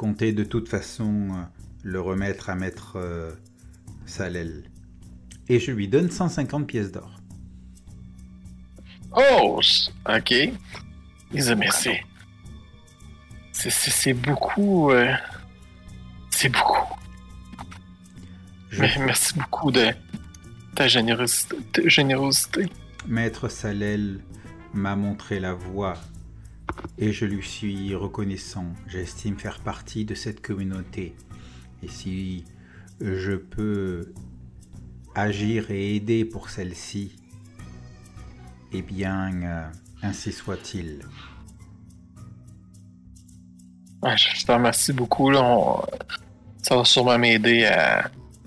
comptais de toute façon le remettre à Maître Salel. Et je lui donne 150 pièces d'or. Oh! Ok. Mais c'est beaucoup. C'est beaucoup. Mais merci beaucoup de ta générosité. Maître Salel m'a montré la voie et je lui suis reconnaissant. J'estime faire partie de cette communauté. Et si je peux agir et aider pour celle-ci, eh bien, ainsi soit-il. Je te remercie beaucoup. Là, ça va sûrement m'aider à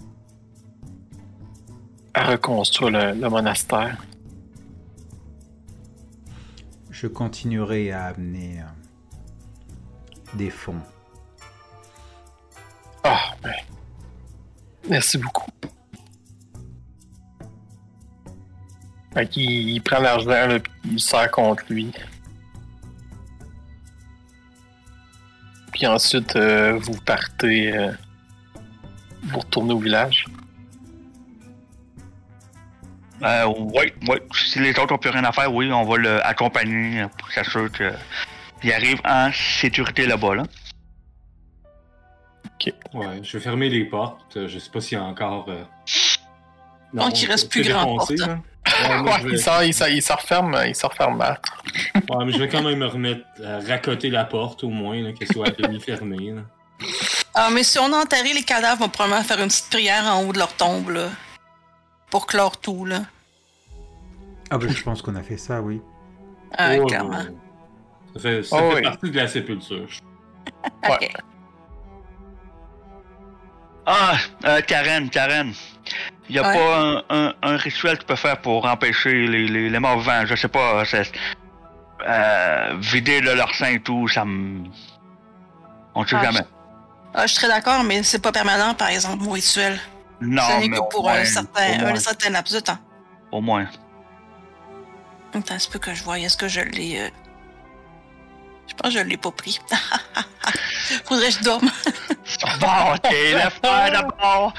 reconstruire le monastère. Je continuerai à amener des fonds. Merci beaucoup. Fait qu'il prend l'argent là, puis il le sert contre lui. Puis ensuite, vous partez, vous retournez au village. Oui. Si les autres n'ont plus rien à faire, oui, on va l'accompagner pour s'assurer qu'il arrive en sécurité là-bas. Là. Ok. Ouais, je vais fermer les portes. Je sais pas s'il y a encore. Non, qu'il reste plus grand porte. Il s'en referme mal. Ouais, mais je vais quand même me remettre à raccoter la porte au moins, là, qu'elle soit à demi fermée. Là. Ah, mais si on a enterré les cadavres, on va probablement faire une petite prière en haut de leur tombe, là. Pour clore tout, là. Ah ben je pense qu'on a fait ça, oui. Ah, clairement. Ça fait partie de la sépulture. Ok. Ouais. Karen. Il n'y a pas un rituel que tu peux faire pour empêcher les morts vivants. Je sais pas. Vider leur sein et tout, ça me. On ne sait jamais. Je serais d'accord, mais c'est pas permanent, par exemple, mon rituel. Non, ce n'est mais que pour un certain laps de temps. Au moins. Attends, c'est peu que je vois. Est-ce que je l'ai... Je pense que je l'ai pas pris. Faudrait que je dorme. Bon, ok, lève-toi d'abord.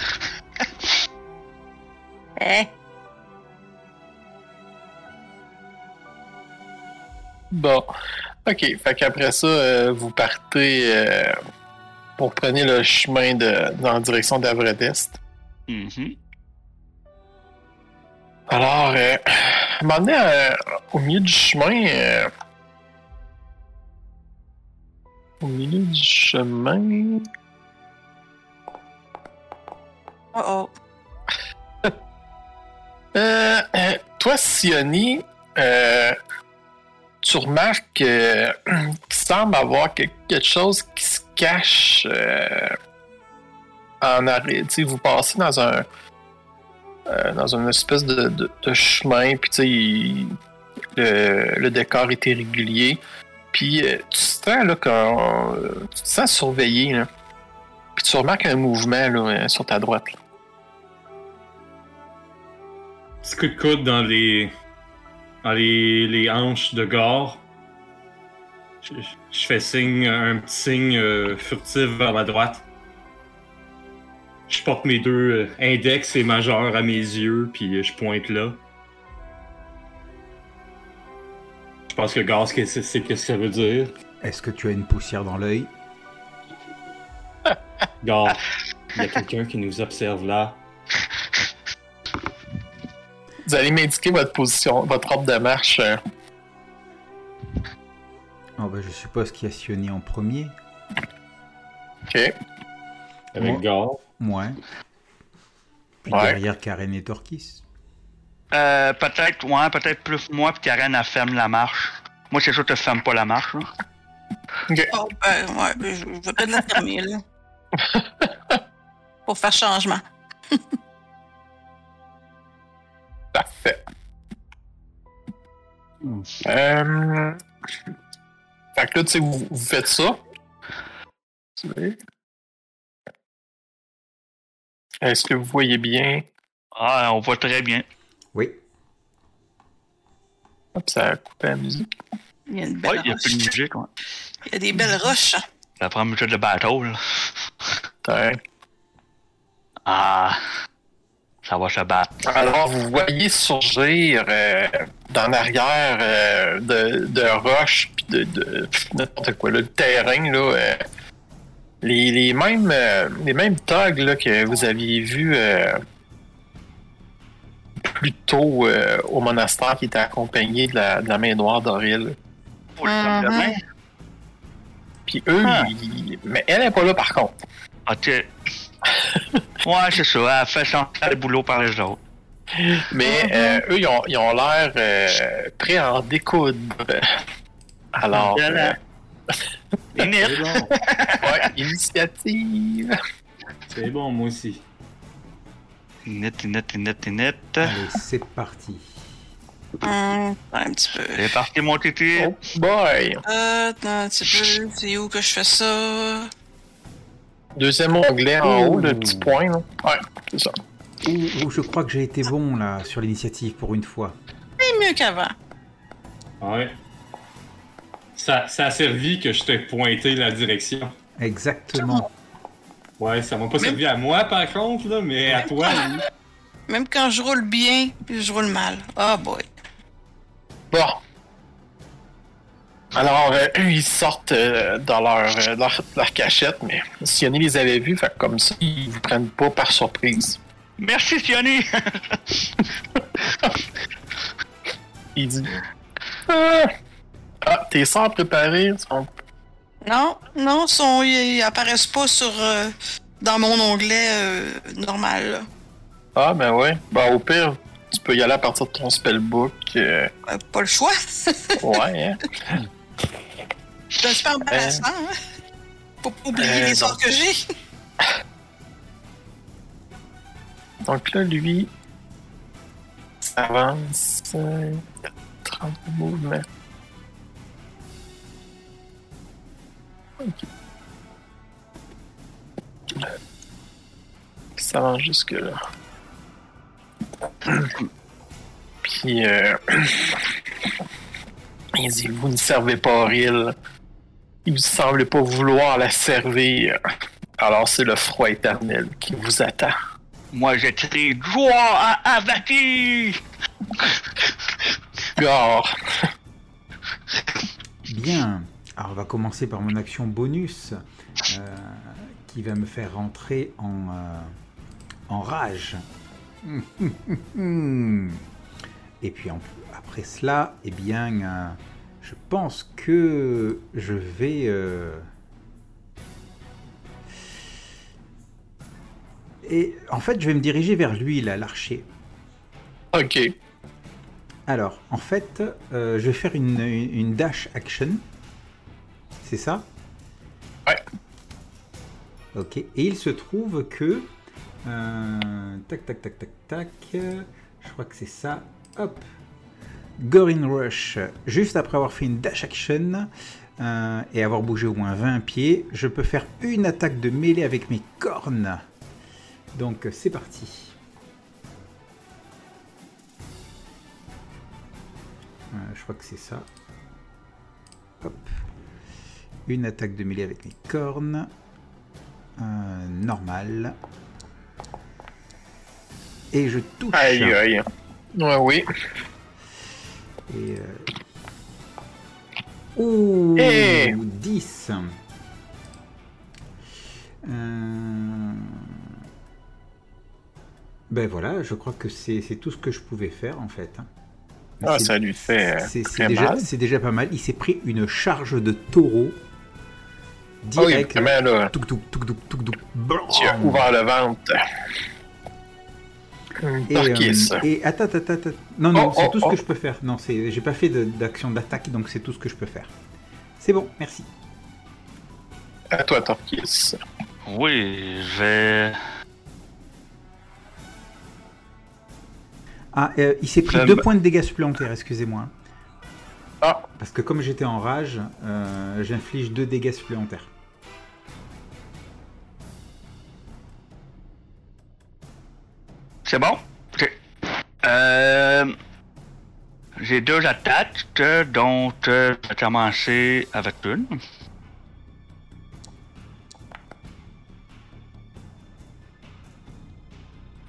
Bon. Ok, fait qu'après ça, vous partez... vous prenez le chemin dans la direction d'Avredest. Mm-hmm. Alors, à un moment donné, au milieu du chemin... Au milieu du chemin... Oh. Toi, Sioni, tu remarques qu'il semble avoir quelque chose qui se cache en arrière. Tu sais, vous passez dans une espèce de chemin, puis tu sais, le décor est irrégulier. Puis tu sens là, tu te sens surveillé, là. Puis tu remarques un mouvement là, sur ta droite. Là. Petit coup de coude dans les hanches de Gore. Je fais un petit signe furtif vers la droite. Je porte mes deux index et majeurs à mes yeux, puis je pointe là. Je pense que Gore, c'est ce que ça veut dire. Est-ce que tu as une poussière dans l'œil? Gore, il y a quelqu'un qui nous observe là. Vous allez m'indiquer votre position, votre ordre de marche. Oh ben je suppose qu'il y a Sioni en premier. Ok. Avec Gore. Moi. Puis derrière Karen et Torquis. Peut-être plus moi, puis Karen, elle ferme la marche. Moi, c'est sûr que tu fermes pas la marche. Là. Ok. Oh, je vais peut-être la fermer, là. Pour faire changement. Parfait. Fait que là, tu sais, vous faites ça. Est-ce que vous voyez bien? Ah, on voit très bien. Oui. Hop, ça a coupé la musique. Il y a une belle roche. Il y a plus de musique, ouais. Il y a des belles roches. Ça prend une de bateau, là. Ouais. Ah. Ça va se battre. Alors, vous voyez surgir dans l'arrière de roches puis de n'importe quoi, là, le terrain, là, les mêmes thugs là, que vous aviez vus plus tôt au monastère qui était accompagné de la main noire d'Auril. Pour le lendemain. Puis eux, Ah. mais elle est pas là par contre. Ok. Ouais, c'est ça. Elle fait changer le boulot par les autres. Mais eux, ils ont l'air prêts à en découdre. Alors, Voilà. Init. C'est bon. ouais, initiative. C'est bon, moi aussi. Init. Allez, c'est parti. Un petit peu. C'est parti, mon titi. Oh boy. Attends un petit peu. C'est où que je fais ça? Deuxième onglet en haut, le petit point. Là. Ouais, c'est ça. Je crois que j'ai été bon là sur l'initiative pour une fois. C'est mieux qu'avant. Ouais. Ça a servi que je t'ai pointé la direction. Exactement. Ouais, ça m'a pas servi à moi par contre, là, mais à toi, oui. Même quand je roule bien, je roule mal. Oh boy. Bon. Alors, eux, ils sortent dans leur cachette, mais Sioni les avait vus, fait que comme ça, ils vous prennent pas par surprise. Merci, Sioni. Il dit tes sorts préparés sont. Non, ils apparaissent pas sur dans mon onglet normal. Là. Ah, ben ouais. Ben, au pire, tu peux y aller à partir de ton spellbook. Pas le choix. Ouais, hein. C'est un super embarrassant, hein? Faut pas oublier les sorts que j'ai. Donc là, lui, ça avance. 30 mouvements. Ok. Ça avance jusque-là. Puis, il dit, vous ne servez pas Auril. Il ne semblez pas vouloir la servir. Alors c'est le froid éternel qui vous attend. Moi, j'ai tiré joie à Avaki. Gare. Bien. Alors, on va commencer par mon action bonus qui va me faire rentrer en rage. Et puis après cela, eh bien, je pense que je vais... Et en fait, je vais me diriger vers lui, là, l'archer. Ok. Alors, en fait, je vais faire une dash action. C'est ça? Ouais. Ok. Et il se trouve que... tac. Je crois que c'est ça. Hop. Gorin Rush. Juste après avoir fait une dash action et avoir bougé au moins 20 pieds, je peux faire une attaque de mêlée avec mes cornes. Donc, c'est parti. Je crois que c'est ça. Hop. Une attaque de mêlée avec mes cornes. Normal. Et je touche. Aïe, aïe. Ouais, oui. Et ouh, Hey. 10. Ben voilà, je crois que c'est tout ce que je pouvais faire en fait. Ah, C'est- ça lui fait c'est très déjà, mal. c'est déjà pas mal. Il s'est pris une charge de taureau. Ah oui, Direct. vraiment, là, Touc, touc, touc, touc, touc, touc, blam. tu as ouvert le ventre. Et attends. Non, Oh, c'est oh, tout ce oh. que je peux faire. Non, j'ai pas fait d'action d'attaque, donc c'est tout ce que je peux faire. C'est bon, merci. À toi, Torquis. Oui, je vais. Ah, il s'est pris Ça 2 me- points de dégâts supplémentaires, excusez-moi. Ah, Parce que comme j'étais en rage, j'inflige 2 dégâts supplémentaires. C'est bon? Ok. J'ai 2 attaques, donc je vais commencer avec une.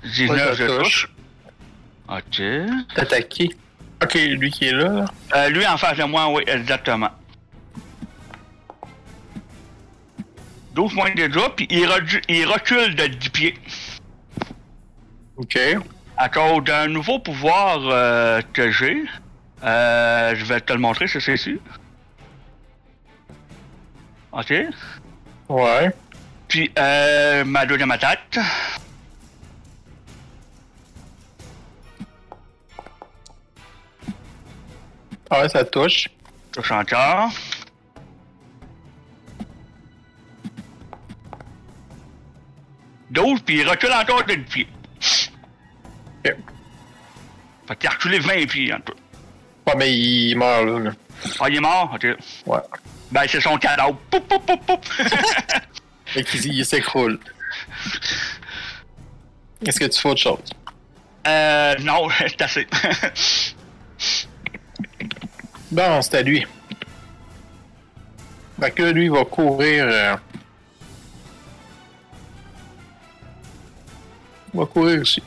19, je ça touche. Ok. T'attaquer. Ok, lui qui est là. Lui en face de moi, oui, exactement. 12 points de dégâts, puis il recule de 10 pieds. Ok. À cause d'un nouveau pouvoir que j'ai. Je vais te le montrer, c'est ici. Ok. Ouais. Puis ma deuxième attaque. Ah ouais, ça touche. Touche encore. Puis il recule encore de 10 pieds. Ok. Fait qu'il a reculé 20 pieds en tout. Ouais, mais il meurt là. Ah, il est mort? Ok. Ouais. Ben, c'est son cadavre. Poup, poup, poup, poup. Fait qu'il s'écroule. Est-ce que tu fais autre chose? Non, c'est assez. Bon, c'est à lui. Fait que là, lui, il va courir. Il va courir aussi.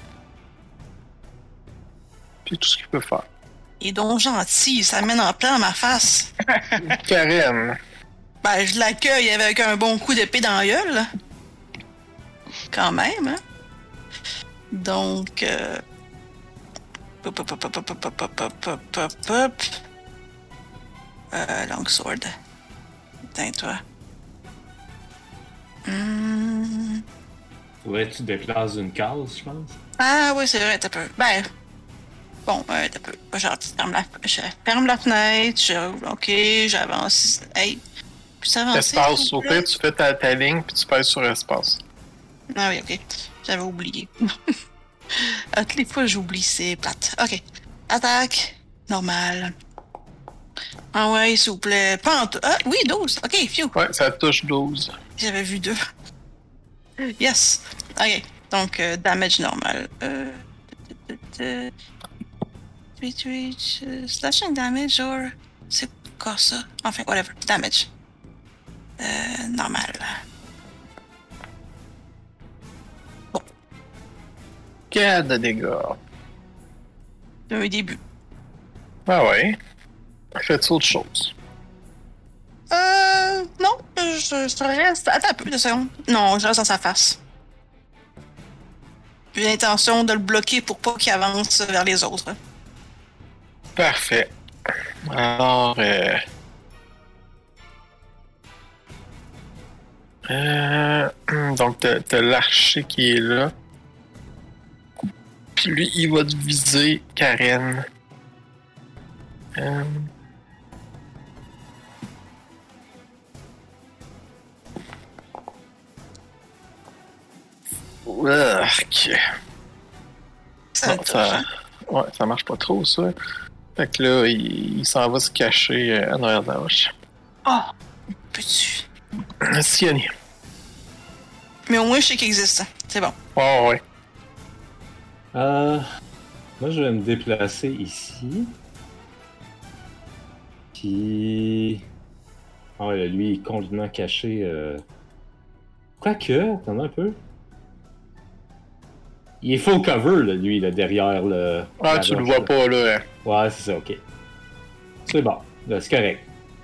C'est tout ce qu'il peut faire. Il est donc gentil, il s'amène en plein dans ma face. Karen. Ben, je l'accueille avec un bon coup d'épée dans la gueule. Quand même, hein? Donc, Longsword. Éteins-toi. Ouais, tu déplaces une case, je pense. Ah oui, c'est vrai, t'as peu. Ben, bon, t'as peu. Genre, je ferme la fenêtre, ok, j'avance. Hey, puis ça avance. Espace. Au pire, tu fais ta ligne, puis tu pèses sur espace. Ah oui, ok. J'avais oublié. À toutes les fois, j'oublie, c'est plate. Ok. Attaque. Normal. Ah ouais, s'il vous plaît. Pas en tout. Ah oui, 12. Ok, phew. Ouais, ça touche 12. J'avais vu 2. Yes. Ok. Donc, damage normal. Slashing damage or. C'est quoi ça? Enfin, whatever. Damage. Normal. Bon. 4 de dégâts. Un début. Ah ouais. Fais-tu autre chose? Non. Je reste. Attends un peu, 2 secondes. Non, je reste dans sa face. J'ai l'intention de le bloquer pour pas qu'il avance vers les autres. Parfait. Alors, donc, t'as l'archer qui est là. Puis lui, il va te viser Karen. Ok. Ça Non, touche, hein? Ouais, ça marche pas trop, ça. Fait que là, il s'en va se cacher en arrière de la roche. Oh! Peux-tu? Sionny. Mais au moins, je sais qu'il existe. C'est bon. Oh, ouais. Moi, je vais me déplacer ici. Puis... Ah ouais, là, lui, il est complètement caché. Quoique, attends un peu. Il est full cover, là, lui, là, derrière le... Ah, la tu le roche, vois là. pas, là. Hein. Ouais, c'est ça, ok. C'est bon, là, c'est correct.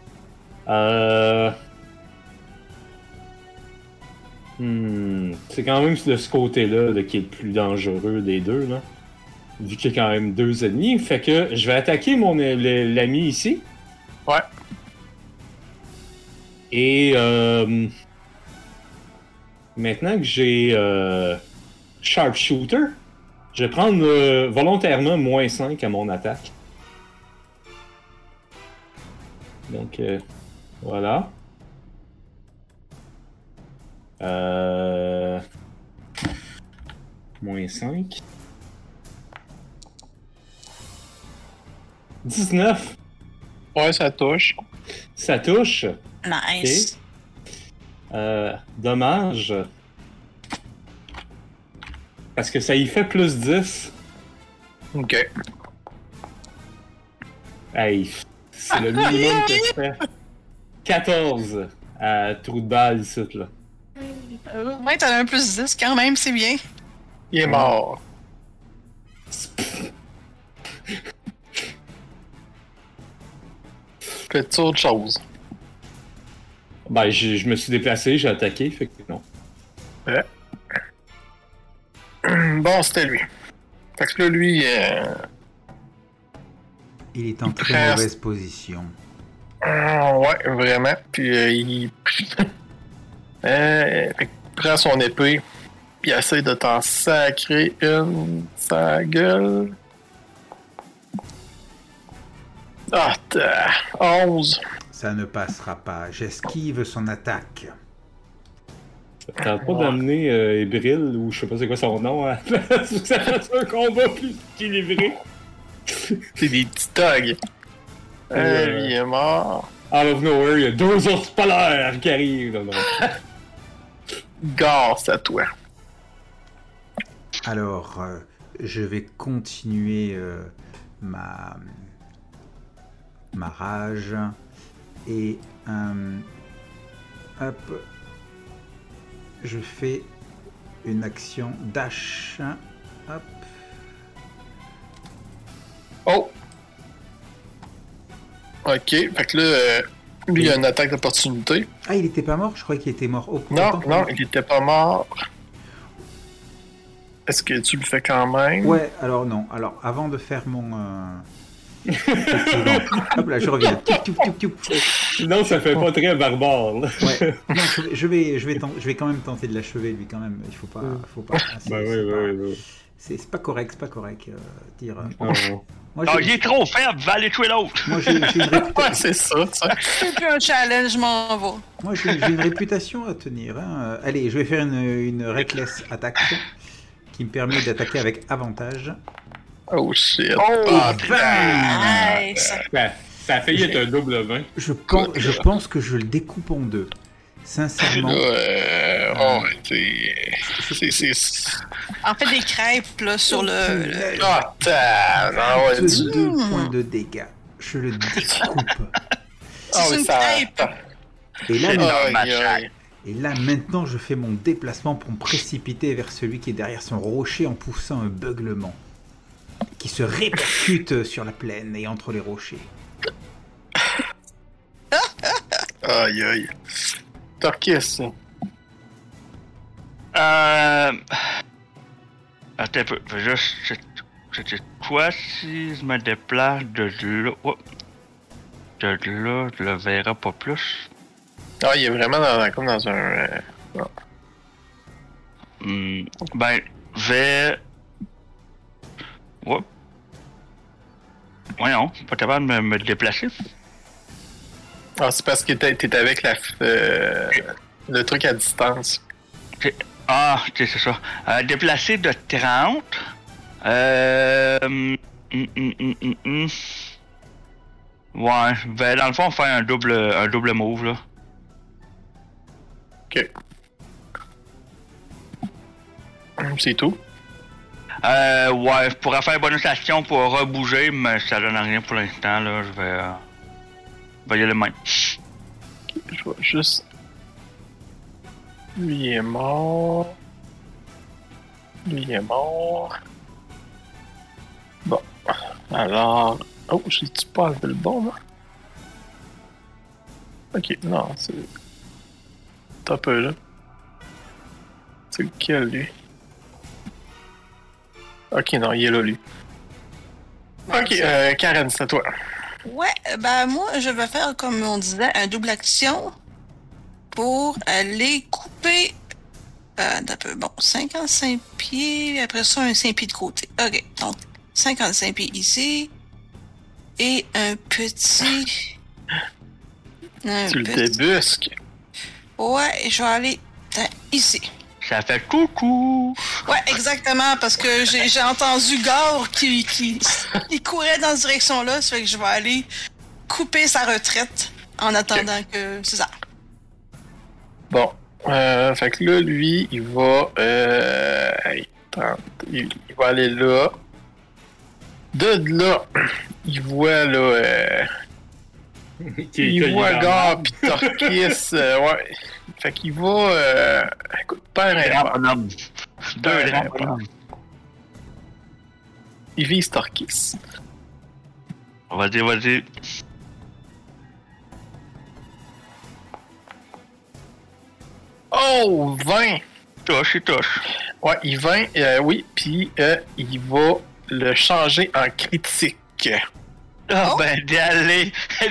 C'est quand même de ce côté-là là, qui est le plus dangereux des deux, là. Vu qu'il y a quand même 2 ennemis, fait que je vais attaquer l'ami ici. Ouais. Et maintenant que j'ai Sharpshooter, je vais prendre volontairement -5 à mon attaque. Donc voilà. -5. 19. Ouais, ça touche. Ça touche. Nice. Dommage. Parce que ça y fait +10. Ok. Hey, c'est le minimum que je fais. 14 à trou de balle, ici, là. Ouais, t'as un +10 quand même, c'est bien. Il est mort. Fais-tu autre chose? Ben, je me suis déplacé, j'ai attaqué, fait que non. Ouais. Bon, c'était lui. Fait que là, lui... Il est en très Presque. mauvaise position. ouais, vraiment. Puis il... fait qu'il prend son épée, puis il essaie de t'en sacrer une sa gueule. Ah, 11. Ça ne passera pas. J'esquive son attaque. T'as pas d'amener Ebril, ou je sais pas c'est quoi son nom, à la place où ça fasse un combat plus équilibré. C'est des petits thugs. Lui, il est mort. Out of nowhere, il y a 2 ours polaires qui arrivent. Là, Gare, c'est à toi. Alors, je vais continuer ma rage et hop, je fais une action dash. Hop. Oh! Ok, fait que là, lui, il a une attaque d'opportunité. Ah, il était pas mort? Je croyais qu'il était mort. Oh, Non, il était pas mort. Est-ce que tu le fais quand même? Ouais, alors non. Alors, avant de faire mon... effectivement. Hop là, je reviens. Sinon, ça fait pas très barbare. Là. Ouais. Non, je vais quand même tenter de l'achever, lui, quand même. Il faut pas... C'est pas correct, dire... Moi, il est trop faible, va aller tuer l'autre. Moi, j'ai une réputation... Ouais, c'est ça. C'est plus un challenge, je m'en vais. Moi, j'ai une réputation à tenir. Hein. Allez, je vais faire une reckless attaque qui me permet d'attaquer avec avantage. Oh shit. Oh, Nice. Ça a failli être un double 20. Je pense que je le découpe en deux. Sincèrement. En fait, des crêpes là, sur le... Deux points de dégâts. Je le découpe. C'est une crêpe. Et là, maintenant, je fais mon déplacement pour me précipiter vers celui qui est derrière son rocher en poussant un beuglement qui se répercute sur la plaine et entre les rochers. Aïe, aïe. Torquis. Attends un peu. C'était quoi si je me déplace de là? Oh. De là, je le verrai pas plus. Ah, il est vraiment comme dans un... Ben, vers... Oups. Voyons, pas capable de me déplacer. Ah, c'est parce que t'es avec le truc à distance. C'est ça. Déplacer de 30. Ouais, ben, dans le fond, faire un double move, là. Ok. C'est tout? Ouais, je pourrais faire bonus action pour rebouger, mais ça donne rien pour l'instant, là. Je vais y aller même. Ok, je vais juste... Lui est mort. Bon. Alors... Oh, j'ai-tu pas enlevé le bon, là? Ok, non, c'est... T'as un peu, là. C'est lequel, lui? Ok, non, il est là, lui. Ok, Karen, c'est à toi. Ouais, ben moi, je vais faire, comme on disait, un double action pour aller couper... d'un peu, bon, 55 pieds, après ça, un 5 pieds de côté. Ok, donc 55 pieds ici, et un petit... Tu le débusques. Ouais, je vais aller ici. Ça fait coucou! Ouais, exactement, parce que j'ai entendu Gore qui courait dans cette direction-là, ça fait que je vais aller couper sa retraite en attendant que... C'est ça. Bon, fait que là, lui, il va... il va aller là. De là, il voit, là... il voit Gore pis Torquis, ouais. Fait qu'il va... écoute, père Deux grands bonhommes. il vise Torquis. Vas-y. Oh, 20! Il touche. Ouais, il 20, oui, puis il va le changer en critique. Ah, Oh. ben, d'y aller!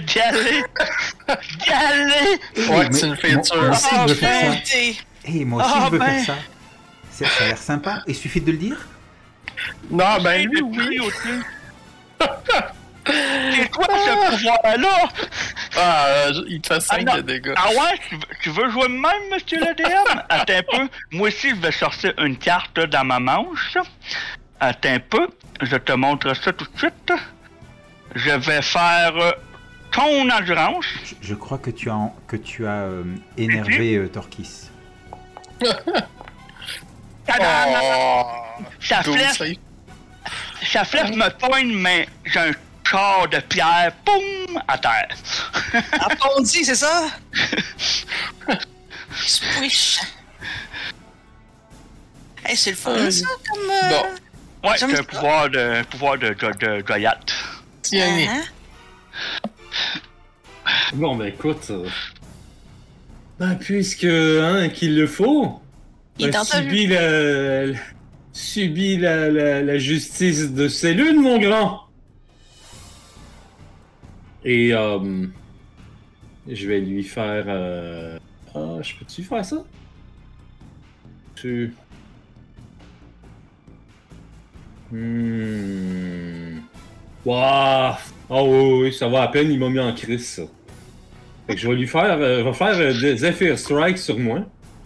Ouais, mais c'est une feature. moi aussi, je veux faire ça. Arrêtez. Moi aussi, Ah, je veux ben. faire ça. Ça a l'air sympa. Il suffit de le dire. Non, ben lui, Le oui. prix au-dessus. C'est quoi ce pouvoir-là? Il te fait 5 non. de dégâts. Ah ouais? Tu veux jouer de même, monsieur le DM? Attends un peu. Moi aussi, je vais sortir une carte là, dans ma manche. Attends un peu. Je te montre ça tout de suite. Je vais faire ton endurance. Je crois que tu as énervé Torquis. Tadam! Oh, Sa flèche me poigne, mais j'ai un corps de pierre, boum, à terre. Approndi, c'est ça? Squish. Hey, c'est le fun, ça, comme... Bon, Ouais, J'aime c'est ça. un pouvoir de Goliath. tiens. Hein? Bon, ben écoute. Puisque, qu'il le faut, Il est en subit la justice de ses lunes, mon grand. Et, je vais lui faire, je peux-tu faire ça? Wouah! Oh oui, ça va à peine, il m'a mis en crise, ça. Fait que je vais lui faire, des Zephyr Strike sur moi.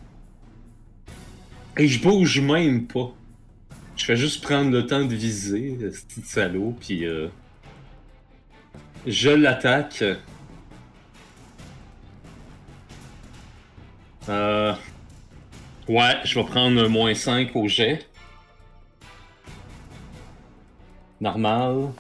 Et je bouge même pas. Je fais juste prendre le temps de viser, ce petit salaud, puis je l'attaque. Ouais, je vais prendre un -5 au jet. Normal.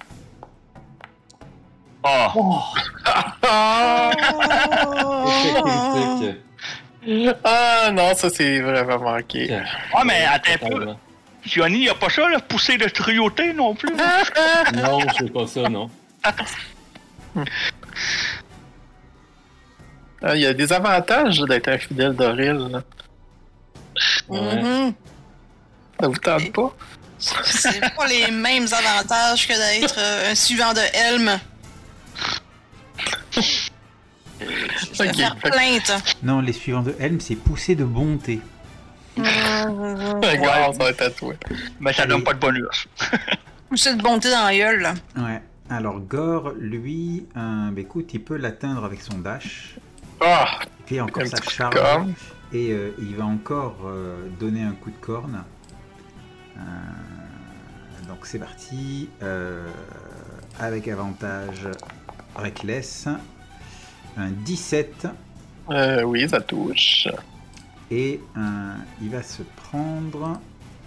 Oh! Oh! Ah! Échec critique. Ah non, ça c'est vraiment manqué. Ah, mais attends un peu. Totalement. Johnny, y a pas ça, là, pousser de cruauté non plus? Non, je fais pas ça, non. Il y a des avantages d'être un fidèle d'Auril. Là. Ouais. Mhm. Ça vous tente pas? C'est pas les mêmes avantages que d'être un suivant de Helm. Je vais Ok. faire plainte. Non, les suivants de Helm, c'est poussé de bonté. Regarde, ça va être à toi. Mais ça donne pas de bonus. Pousser de bonté dans la gueule, là. Ouais. Alors, Gore, lui, écoute, il peut l'atteindre avec son dash. Ah! Puis il a encore Un sa petit coup de charge. corne. Et il va encore donner un coup de corne. Donc c'est parti. Avec avantage Reckless. Un 17. Oui, ça touche. Et il va se prendre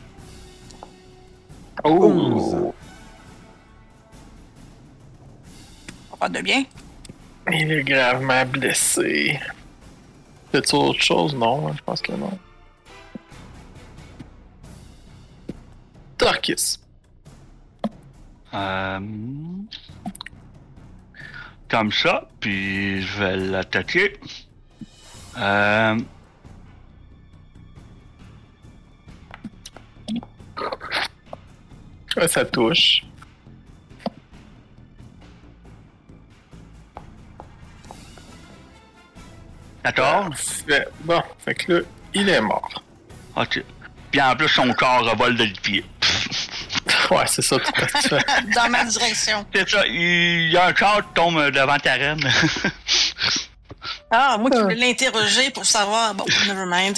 Oh! 11. Pas de bien. Il est gravement blessé. Fais-tu autre chose? Non, je pense que non. Torquis. Comme ça, puis je vais l'attaquer. Ouais, ça touche. D'accord? Bon, fait que là, il est mort. Ok. Puis en plus, son corps revole de pied. Ouais, c'est ça, tout à fait. Dans ma direction. C'est ça, il y a un corps qui tombe devant ta reine. Ah, moi qui voulais l'interroger pour savoir. Bon, nevermind.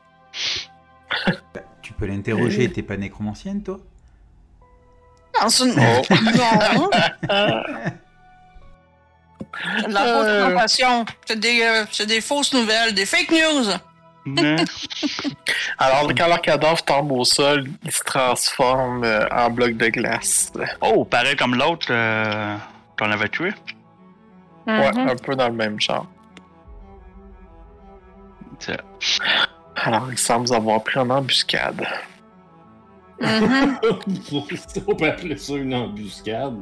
Tu peux l'interroger, t'es pas nécromancienne, toi? Non, c'est une... Oh. Non. La fausse compassion. C'est des fausses nouvelles, des fake news. Mais- Alors, quand leur cadavre tombe au sol, il se transforme en bloc de glace. Oh, pareil comme l'autre qu'on avait tué. Ouais, Mhm. un peu dans le même genre. C'est- Alors, il semble avoir pris en embuscade. On peut appeler ça une embuscade.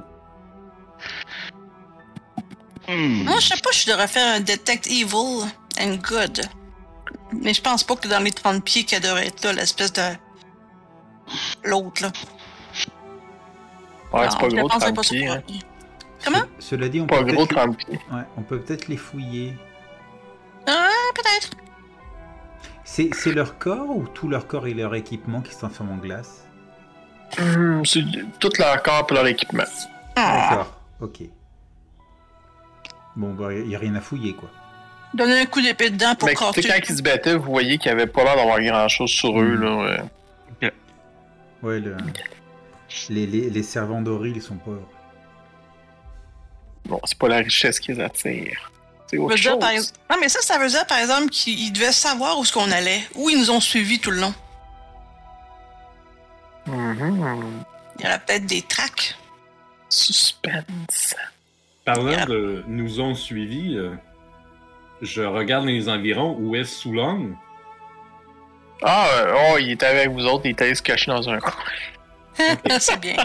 Moi, je sais pas, je devrais faire un Detect Evil and Good. Mais je pense pas que dans les 30 pieds qu'elle devrait être là, l'espèce de. L'autre, là. Ouais, c'est pas je gros, pensais 30 pas sur pieds. quoi. Hein. Comment? Cela dit, Pas gros, 30 pieds. Ouais, on peut peut-être les fouiller. Ah, peut-être. C'est leur corps ou tout leur corps et leur équipement qui se transforment en glace? C'est tout leur corps et leur équipement. D'accord, ok. Bon, bah, il n'y a rien à fouiller, quoi. Donner un coup d'épée dedans pour Mais casser. quand ils se battaient, vous voyez qu'il n'y avait pas l'air d'avoir grand-chose sur eux. Là, ouais. Ouais, les servants d'Oril, ils sont pauvres. Bon, c'est pas la richesse qui les attire. C'est autre chose. Non, mais ça veut dire, par exemple, qu'ils devaient savoir où est-ce qu'on allait. Où ils nous ont suivis tout le long. Il y aurait peut-être des tracks. Suspense. Parlant de nous ont suivis, je regarde les environs. Où est Soulong? Il était avec vous autres, il était allé se cacher dans un coin. C'est bien.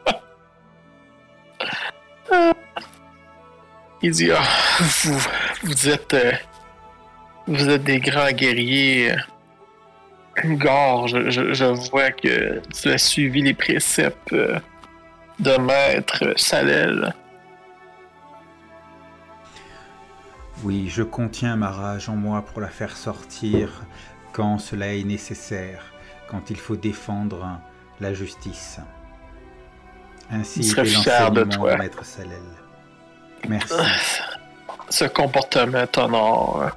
Il dit, vous êtes des grands guerriers. Gore, je vois que tu as suivi les préceptes de Maître Salel. Oui, je contiens ma rage en moi pour la faire sortir quand cela est nécessaire, quand il faut défendre la justice. Ainsi Je serais est fier de l'enseignement toi. de Maître Salel. Merci. Ce comportement t'honore.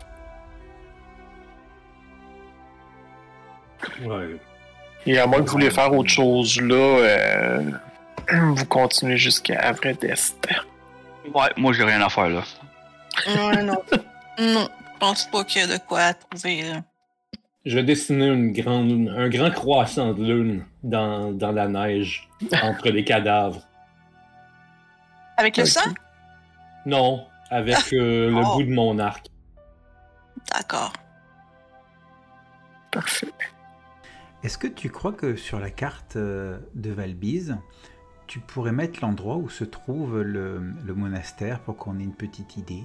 Ouais. Et à moins que vous voulez faire autre chose là, vous continuez jusqu'à Avredest. Ouais, moi j'ai rien à faire là. Ouais, non. Non, je pense pas qu'il y a de quoi à trouver, là. Je vais dessiner un grand croissant de lune dans la neige, entre les cadavres. Avec le Ok. sang? Non, avec le bout de mon arc. D'accord. Parfait. Est-ce que tu crois que sur la carte de Valbise, tu pourrais mettre l'endroit où se trouve le monastère pour qu'on ait une petite idée?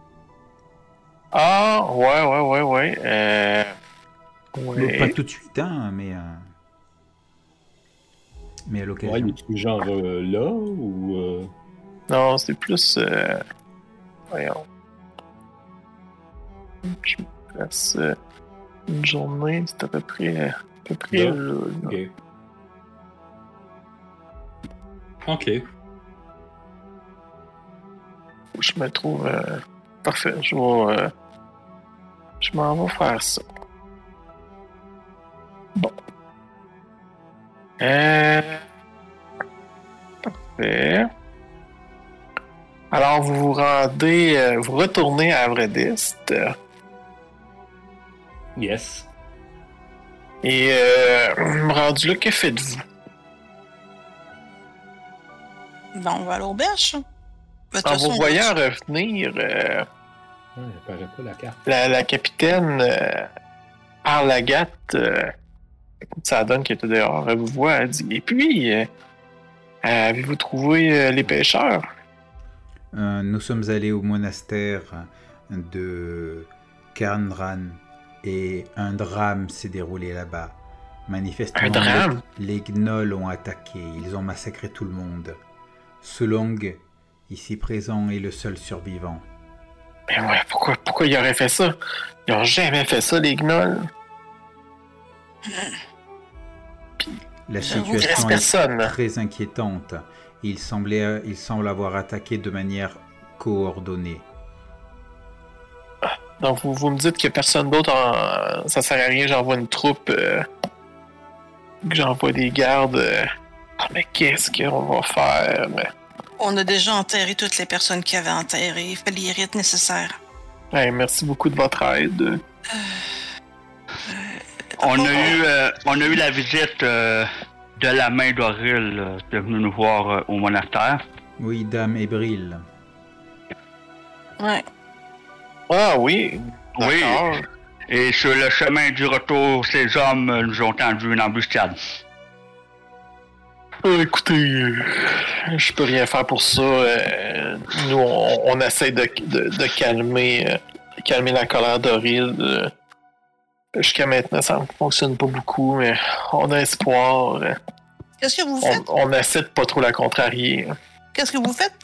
Ah, ouais. Ouais. Pas tout de suite, hein, mais à Ouais, l'occasion. il est genre là ou. Non, c'est plus. Voyons. Je me place une journée, c'est à peu près Là. là. Ok. Je me trouve. Parfait, je m'en vais faire ça. Bon. Parfait. Alors, vous retournez à Avredist. Yes. Et rendu là, que faites-vous? Ben, on va à l'auberge. De toute En façon, vous voyant revenir, Ouais, elle paraît pas la carte. la capitaine Arlagat, ça donne qu'elle était dehors, elle vous voit, elle dit, et puis, avez-vous trouvé les pêcheurs? Nous sommes allés au monastère de Cairnran et un drame s'est déroulé là-bas. Manifestement, Un drame? les gnolls ont attaqué, ils ont massacré tout le monde. Soulong, ici présent, est le seul survivant. Ben ouais, pourquoi ils auraient fait ça? Ils ont jamais fait ça, les gnolls. La J'avoue, Il reste situation est personne. très inquiétante. Il semble avoir attaqué de manière coordonnée. Donc, vous me dites que personne d'autre, ça sert à rien, j'envoie une troupe, que j'envoie des gardes. Ah, mais qu'est-ce qu'on va faire? on a déjà enterré toutes les personnes qui avaient enterré. Fait les rites nécessaires. Ouais, merci beaucoup de votre aide. On a eu la visite de la main d'Oril qui est venue nous voir au monastère. Oui, Dame Ebril. Ouais. Ah oui, Oui. d'accord. Et sur le chemin du retour, ces hommes nous ont tendu une embuscade. Écoutez, je peux rien faire pour ça. Nous, on essaie de calmer la colère d'Oril. Jusqu'à maintenant, ça ne fonctionne pas beaucoup, mais on a espoir. Qu'est-ce que vous faites? On essaie de pas trop la contrarier. Qu'est-ce que vous faites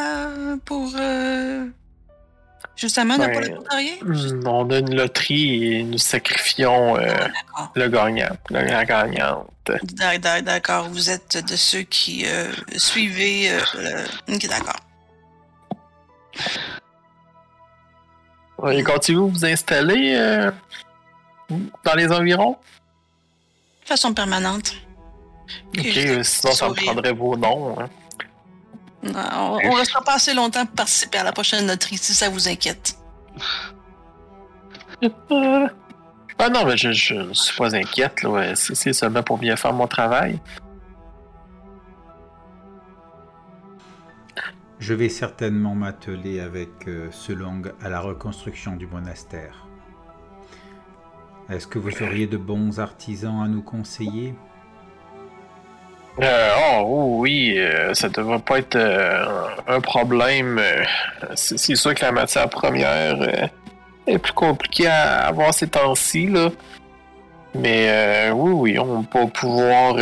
justement ne pas la contrarier? On a une loterie et nous sacrifions la gagnante. D'accord, vous êtes de ceux qui suivez... Ok, d'accord. Et continuez-vous vous installer dans les environs? De façon permanente. Ok, sinon ça me prendrait vos noms. Hein. Non, on restera pas assez longtemps pour participer à la prochaine loterie, si ça vous inquiète. Ah non, mais je ne suis pas inquiète. Là. C'est seulement pour bien faire mon travail. Je vais certainement m'atteler avec Selong à la reconstruction du monastère. Est-ce que vous auriez de bons artisans à nous conseiller? Oui, ça devrait pas être un problème. C'est sûr que la matière première est plus compliquée à avoir ces temps-ci, là. Mais oui, on va pouvoir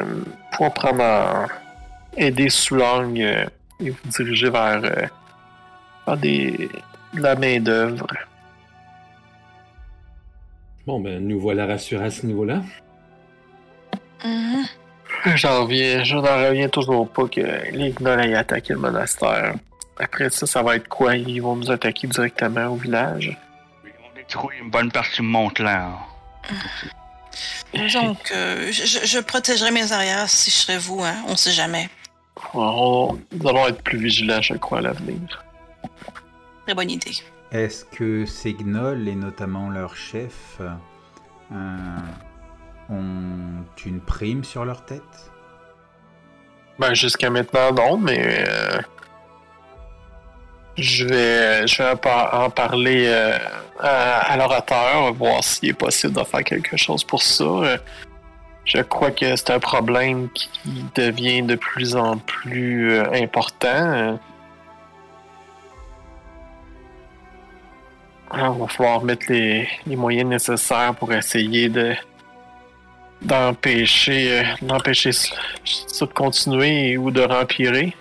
aider Soulang et vous diriger vers de la main-d'œuvre. Bon, ben, nous voilà rassurés à ce niveau-là. Mm-hmm. Je n'en reviens toujours pas que les Gnolls aient attaqué le monastère. Après ça va être quoi? Ils vont nous attaquer directement au village? Ils vont détruire une bonne partie de Montland. Donc, je protégerai mes arrières si je serais vous, hein? On sait jamais. Nous allons être plus vigilants, je crois, à l'avenir. Très bonne idée. Est-ce que ces Gnolls, et notamment leur chef, ont une prime sur leur tête? Ben, jusqu'à maintenant, non, mais je vais en parler à l'orateur, voir s'il est possible de faire quelque chose pour ça. Je crois que c'est un problème qui devient de plus en plus important. Alors, il va falloir mettre les moyens nécessaires pour essayer d'empêcher ça de continuer ou de rempirer.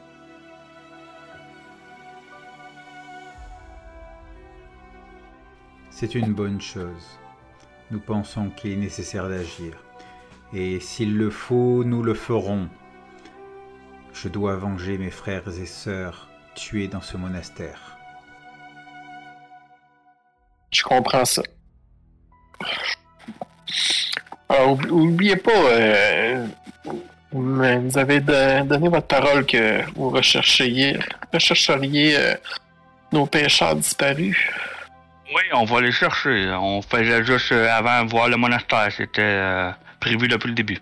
C'est une bonne chose. Nous pensons qu'il est nécessaire d'agir. Et s'il le faut, nous le ferons. Je dois venger mes frères et sœurs tués dans ce monastère. Je comprends ça. Alors, oubliez pas, vous avez donné votre parole que vous rechercheriez nos pécheurs disparus. Oui, on va les chercher. On faisait juste avant voir le monastère. C'était prévu depuis le début.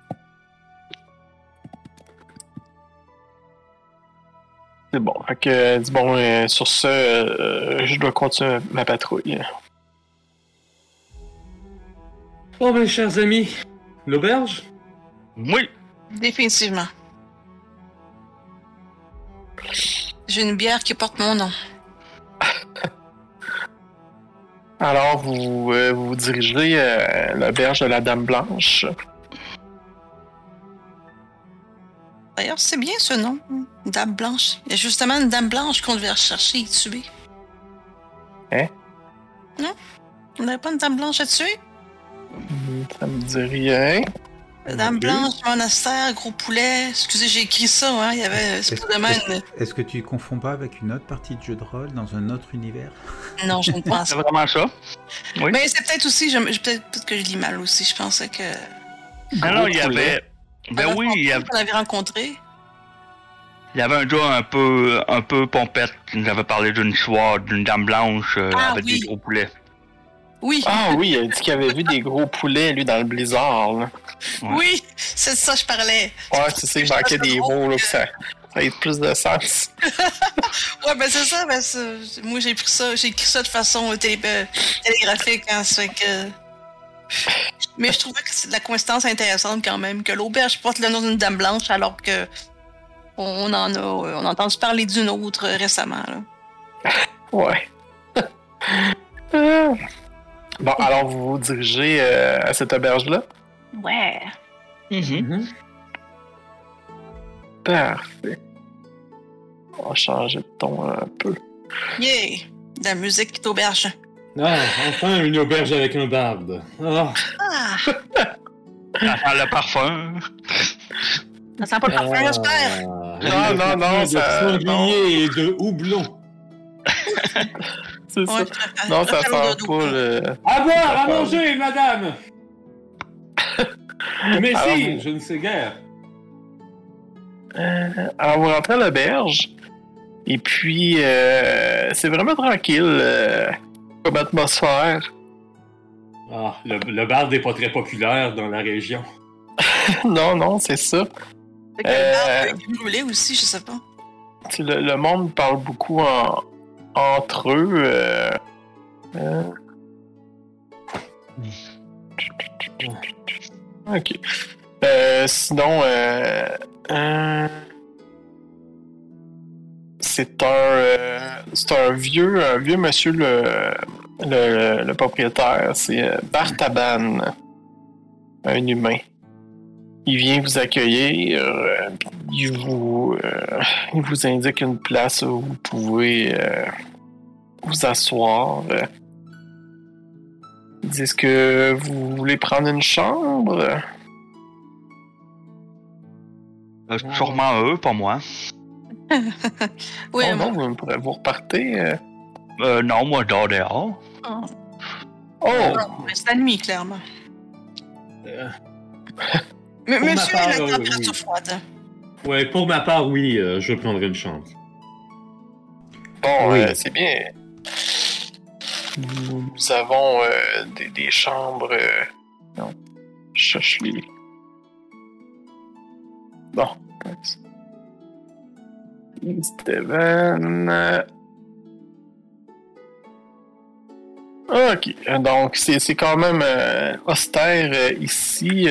C'est bon. Fait que, sur ce, je dois continuer ma patrouille. Bon, ben, chers amis, l'auberge? Oui. Définitivement. J'ai une bière qui porte mon nom. Alors, vous vous dirigez à l'auberge de la Dame Blanche. D'ailleurs, c'est bien ce nom, Dame Blanche. Il y a justement une Dame Blanche qu'on devait rechercher et tuer. Hein? Non? On n'avait pas une Dame Blanche à tuer? Ça me dit rien. Dame Blanche, monastère, gros poulet. Excusez, j'ai écrit ça, hein. Il y avait Est-ce que tu confonds pas avec une autre partie de jeu de rôle dans un autre univers? Non, je ne pense C'est pas. vraiment ça? Oui. Mais c'est peut-être aussi, peut-être que je lis mal aussi. Je pensais que. Ah non, il y avait. Ben oui, il y avait. On l'avait rencontré. Il y avait un gars un peu pompette qui nous avait parlé d'une histoire d'une dame blanche avec des gros poulets. Oui. Ah oui, il a dit qu'il avait vu des gros poulets, lui, dans le blizzard. Là. Ouais. Oui, c'est de ça que je parlais. Ouais, c'est ça, il manquait des mots, là, que ça ait plus de sens. Ouais, ben c'est ça. Ben, moi, j'ai écrit ça de façon télégraphique. Hein, ça fait que Mais je trouvais que c'est de la coïncidence intéressante quand même, que l'auberge porte le nom d'une dame blanche alors que on a entendu parler d'une autre récemment. Là. Ouais. Bon, alors vous vous dirigez à cette auberge-là? Ouais. Mhm. Parfait. On va changer de ton un peu. Yeah! De la musique qui t'auberge. Ah, enfin une auberge avec un barde. Ah, Ah! Ça sent le parfum. Ça sent pas le parfum, j'espère! Non, de ça- sanglier et de houblon. C'est ça. Ouais, Non, ça préfère sent le pas le... À boire, à manger, madame! Mais Alors, si, je ne sais guère. Alors, vous rentrez à l'auberge, et puis c'est vraiment tranquille comme atmosphère. Ah, le barde n'est pas très populaire dans la région. Non, c'est ça. Fait que le barbe peut brûler aussi, je sais pas. Tu sais, le monde parle beaucoup entre eux. Ok. Sinon, c'est un vieux monsieur, le propriétaire. C'est Bartaban, un humain. Il vient vous accueillir. Il vous indique une place où vous pouvez vous asseoir. Ils disent que vous voulez prendre une chambre. Sûrement eux, pas moi. Oui, Oh non, vous repartez. Non, moi, je dors dehors. Oh! c'est la nuit, clairement. Mais Pour ma monsieur part, a la température oui. froide. Ouais, pour ma part, oui, je prendrai une chambre. Bon, Oui. c'est bien. Nous avons des chambres. Non, je cherche les. Bon. Steven. Ok, donc c'est quand même austère ici.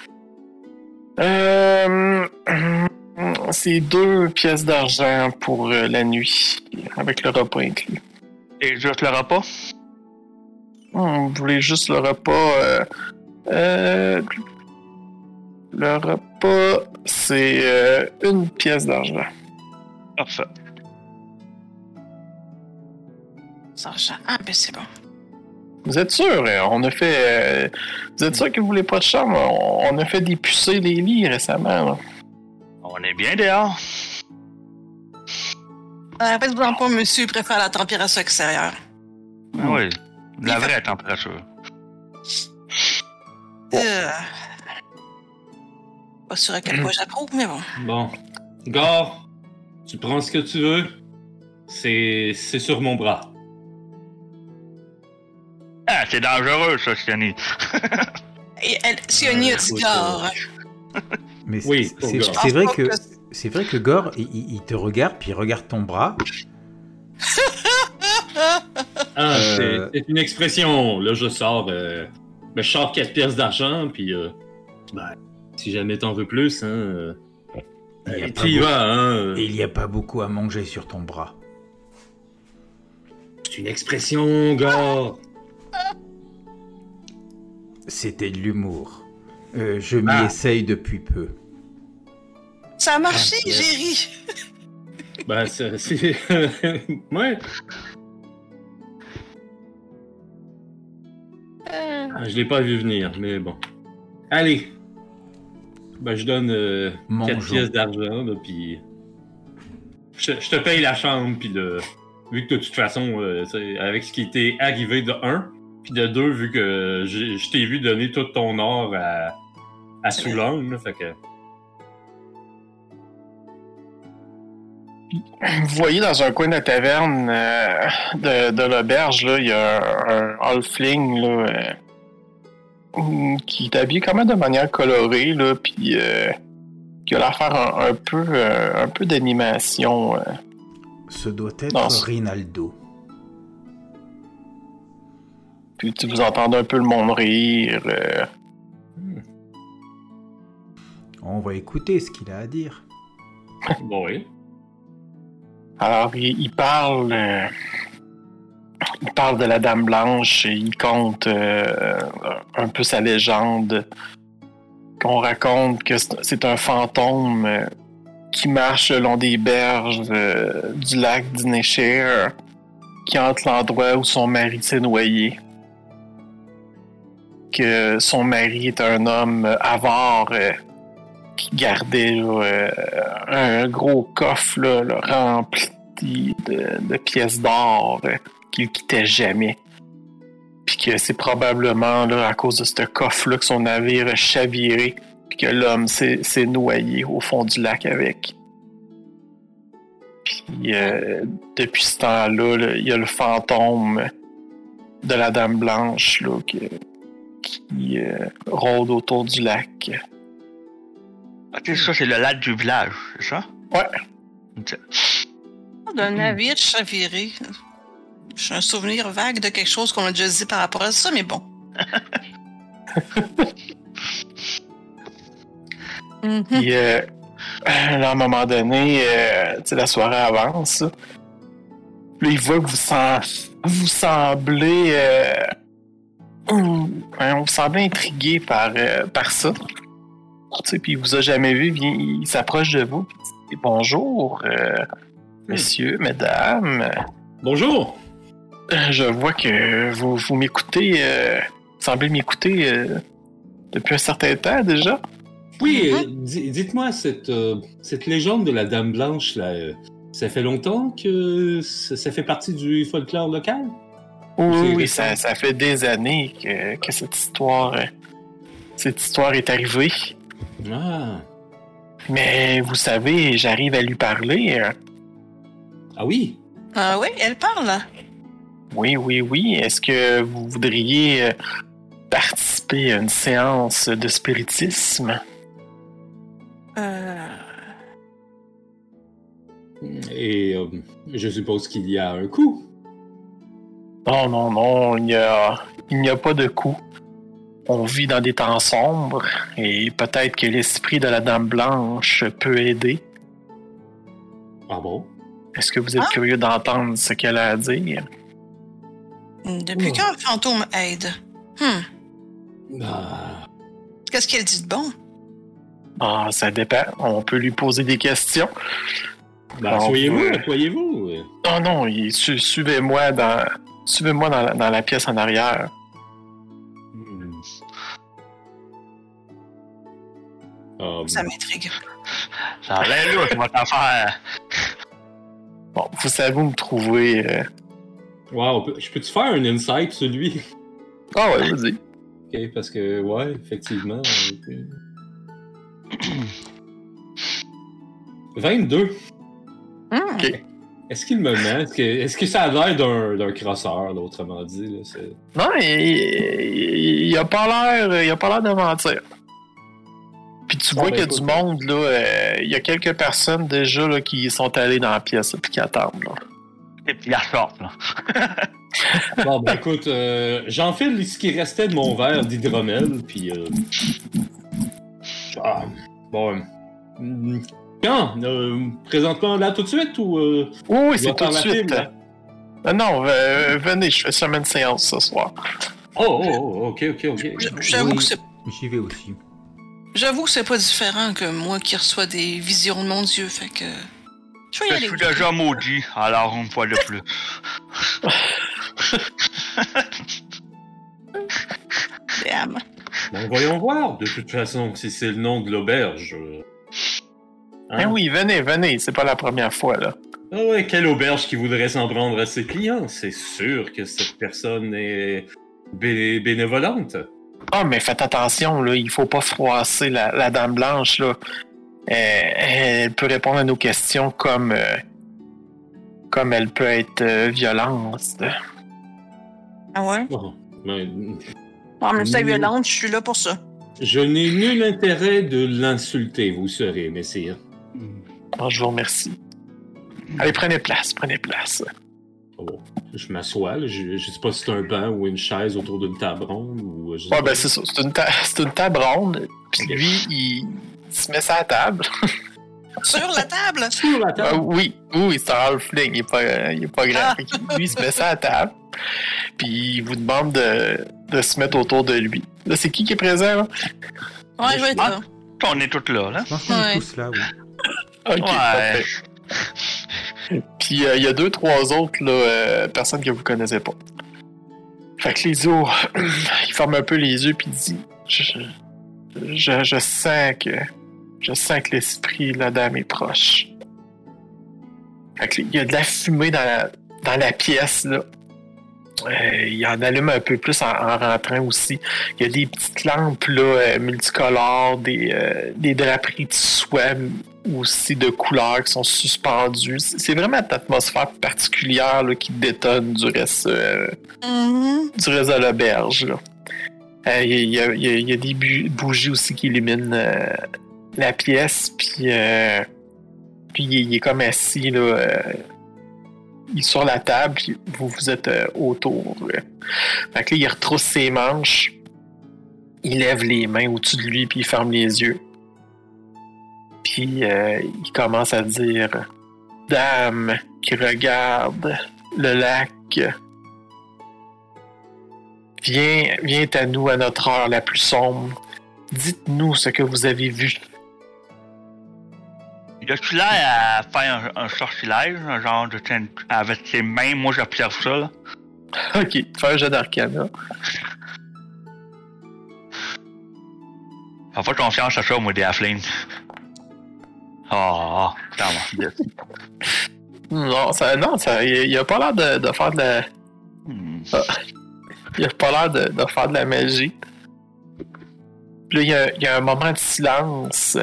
C'est 2 pièces d'argent pour la nuit, avec le repas inclus. Et juste le repas? Vous voulez juste le repas? Le repas, c'est 1 pièce d'argent. Parfait. Sargent. Ah, ben c'est bon. Vous êtes sûr? On a fait. Vous êtes sûr que vous voulez pas de chambre? On a fait dépucer les lits récemment. Là. On est bien dehors. Faites-vous pas, monsieur préfère la température extérieure. Ah oui, la vraie température. Pas sûr à quel point j'approuve, mais bon. Bon. Gare, tu prends ce que tu veux. C'est sur mon bras. Ah, c'est dangereux, ça, Siani. Et Sioni a dit Gare. Mais Oui, c'est Gore. c'est vrai Ah, que fuck, c'est vrai que Gore, il te regarde puis il regarde ton bras. Ah, Euh. c'est une expression. Là, je sors 4 pièces d'argent, puis ben, si jamais t'en veux plus, hein, Il y a pas tu y beaucoup- vas, hein. Et il n'y a pas beaucoup à manger sur ton bras. C'est une expression, gars. C'était de l'humour. Je m'y essaye depuis peu. Ça a marché, Ah, j'ai ri. Ben, c'est... ouais. Je l'ai pas vu venir, mais bon. Allez. Ben, je donne 4 Mangeons. pièces d'argent, là, puis... Je te paye la chambre, puis vu que de toute façon, avec ce qui t'est arrivé de 1, puis de 2, vu que je t'ai vu donner tout ton or à Soulange, là, fait que... Vous voyez dans un coin de la taverne de l'auberge, là, il y a un halfling là, qui est habillé quand même de manière colorée, là, puis qui a l'air faire un peu d'animation. Ce doit être Non, Rinaldo. Puis vous entendez un peu le monde rire. On va écouter ce qu'il a à dire. Bon, oui. Alors, il parle de la Dame Blanche et il conte un peu sa légende. Qu'on raconte que c'est un fantôme qui marche le long des berges du lac d'Inéchir, qui hante l'endroit où son mari s'est noyé. Que son mari est un homme avare qui gardait un gros coffre là, rempli de pièces d'or qu'il quittait jamais. Puis que c'est probablement là, à cause de ce coffre-là que son navire a chaviré, puis que l'homme s'est noyé au fond du lac avec. Puis depuis ce temps-là, il y a le fantôme de la Dame Blanche là, qui rôde autour du lac. Ok, ça, c'est le lac du village, c'est ça? Ouais. Ok. D'un navire chaviré. J'ai un souvenir vague de quelque chose qu'on a déjà dit par rapport à ça, mais bon. Puis, là, à un moment donné, la soirée avance. Là, il voit que vous semblez intrigué par ça. Puis il vous a jamais vu, il s'approche de vous. Puis il dit bonjour, messieurs, mesdames. Bonjour! Je vois que vous m'écoutez, vous semblez m'écouter depuis un certain temps déjà. Oui, dites-moi, cette légende de la Dame Blanche, là, ça fait longtemps que ça fait partie du folklore local? Oui, ça fait des années que cette histoire est arrivée. Ah. Mais vous savez, j'arrive à lui parler. Ah oui? Ah oui, elle parle. Oui. Est-ce que vous voudriez participer à une séance de spiritisme? Et je suppose qu'il y a un coût. Non, il n'y a pas de coup. On vit dans des temps sombres et peut-être que l'esprit de la Dame Blanche peut aider. Ah bon? Est-ce que vous êtes curieux d'entendre ce qu'elle a à dire? Depuis quand un fantôme aide? Ah. Qu'est-ce qu'elle dit de bon? Ah, ça dépend. On peut lui poser des questions. Soyez-vous. Non, suivez-moi dans la pièce en arrière. Ça m'intrigue. Ça a l'air louche, votre affaire. Bon, vous savez où me trouver. Wow, je peux-tu faire un insight sur lui? Ah ouais, vas-y. Ok, parce que, ouais, effectivement. 22. Ok. Est-ce qu'il me ment? Est-ce que ça a l'air d'un crosseur, là, autrement dit? Là, Non, il a pas l'air de mentir. Puis tu vois qu'il y a du monde, là. Il y a quelques personnes déjà là, qui sont allées dans la pièce et qui attendent. Là. Et puis la sorte, là. Bon, ben écoute, j'enfile ce qui restait de mon verre d'hydromel, puis... bon... Quand? Présentement là tout de suite, ou... Oui, c'est tout de suite. Non, venez, je fais seulement une séance ce soir. Ok. J'avoue que c'est... J'y vais aussi. J'avoue que c'est pas différent que moi qui reçois des visions de mon Dieu, fait que... Je vais y aller. Je suis déjà maudit, alors une fois de plus. Damn. Bon, voyons voir, de toute façon, si c'est le nom de l'auberge. Ben oui, venez, c'est pas la première fois, là. Ah ouais, quelle auberge qui voudrait s'en prendre à ses clients? C'est sûr que cette personne est bénévolente. Ah, mais faites attention, là, il faut pas froisser la Dame Blanche, là. Elle peut répondre à nos questions comme elle peut être violente. Ah ouais? Oh, mais... En même temps, violente, je suis là pour ça. Je n'ai nul intérêt de l'insulter, vous serez, messire. Oh, je vous remercie. Allez, prenez place. Bon, je m'assois, là. Je sais pas si c'est un banc ou une chaise autour d'une table ronde ou... je sais Ouais, pas. ben c'est ça. C'est une table ronde. Puis lui, il se met sur la table. Sur la table! Sur la table. Oui, c'est un halfling. Il est pas grand. Fait que lui, il se met sur la table. Puis il vous demande de se mettre autour de lui. Là, c'est qui est présent, là? Ouais, je vais être là. On est toutes là, là. Je pense qu'on est tous là, oui. Ok, Ouais. parfait. Puis il y a 2-3 autres là, personnes que vous connaissez pas. Fait que les os, il ferme un peu les yeux puis il dit je sens que l'esprit de la dame est proche. Fait que il y a de la fumée dans la pièce là. Il en allume un peu plus en rentrant aussi. Il y a des petites lampes là, multicolores, des draperies de soie aussi de couleurs qui sont suspendues. C'est vraiment une atmosphère particulière là, qui détonne du reste de l'auberge. Là. Il y a des bougies aussi qui illuminent la pièce. Puis il est comme assis là. Il est sur la table, puis vous êtes autour. Fait que là, il retrousse ses manches, il lève les mains au-dessus de lui, puis il ferme les yeux. Puis il commence à dire « Dame qui regarde le lac, viens à nous à notre heure la plus sombre. Dites-nous ce que vous avez vu. » Y a-tu l'air à faire un sortilège, un genre de avec ses mains? Moi, j'observe ça, là. Ok, fais un jeu d'arcana. En fait, confiance à ça, moi, des halflings. Oh, putain, Non, il a pas l'air de faire de la... Il a pas l'air de faire de la magie. Puis là, il y a un moment de silence.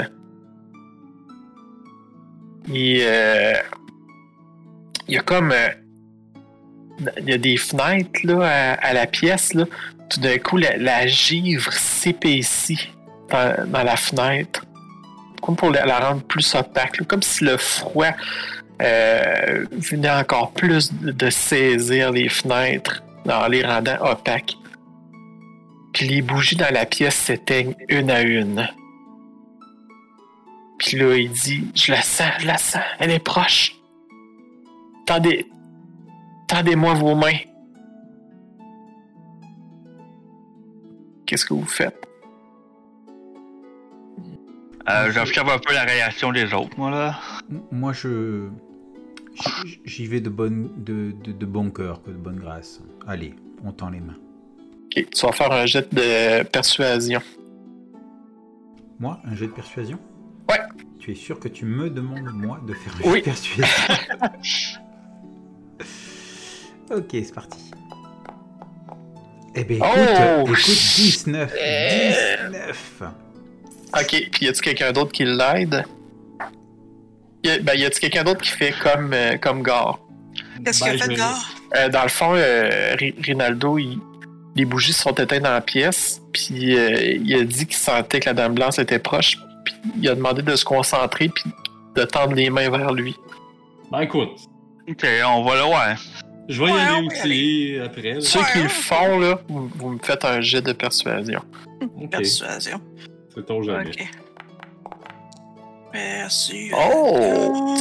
Il y a comme... il y a des fenêtres là, à la pièce. Là. Tout d'un coup, la givre s'épaissit dans la fenêtre. Comme pour la rendre plus opaque. Là. Comme si le froid venait encore plus de saisir les fenêtres en les rendant opaques. Puis les bougies dans la pièce s'éteignent une à une. Puis là, il dit, je la sens, elle est proche. Tendez-moi vos mains. Qu'est-ce que vous faites? J'observe un peu la réaction des autres, moi, là. Moi, j'y vais de bon cœur, de bonne grâce. Allez, on tend les mains. Ok, tu vas faire un jet de persuasion. Moi, un jet de persuasion? Ouais. Tu es sûr que tu me demandes, moi, de faire un jet de persuasion? Ok, c'est parti. Eh ben, écoute, 19. 19. Ok, puis y a-tu quelqu'un d'autre qui l'aide? Y a-tu quelqu'un d'autre qui fait comme Gar? Qu'est-ce qu'il a fait de Gar? Dans le fond, Rinaldo, les bougies sont éteintes dans la pièce, puis il a dit qu'il sentait que la Dame Blanche était proche, puis il a demandé de se concentrer, puis de tendre les mains vers lui. Ben écoute. Ok, on va là, ouais. Je vais y aller aussi après. Là. Ceux qui le font, là, vous me faites un jet de persuasion. Okay. Persuasion. C'est ton jamais. Ok. Merci. Oh!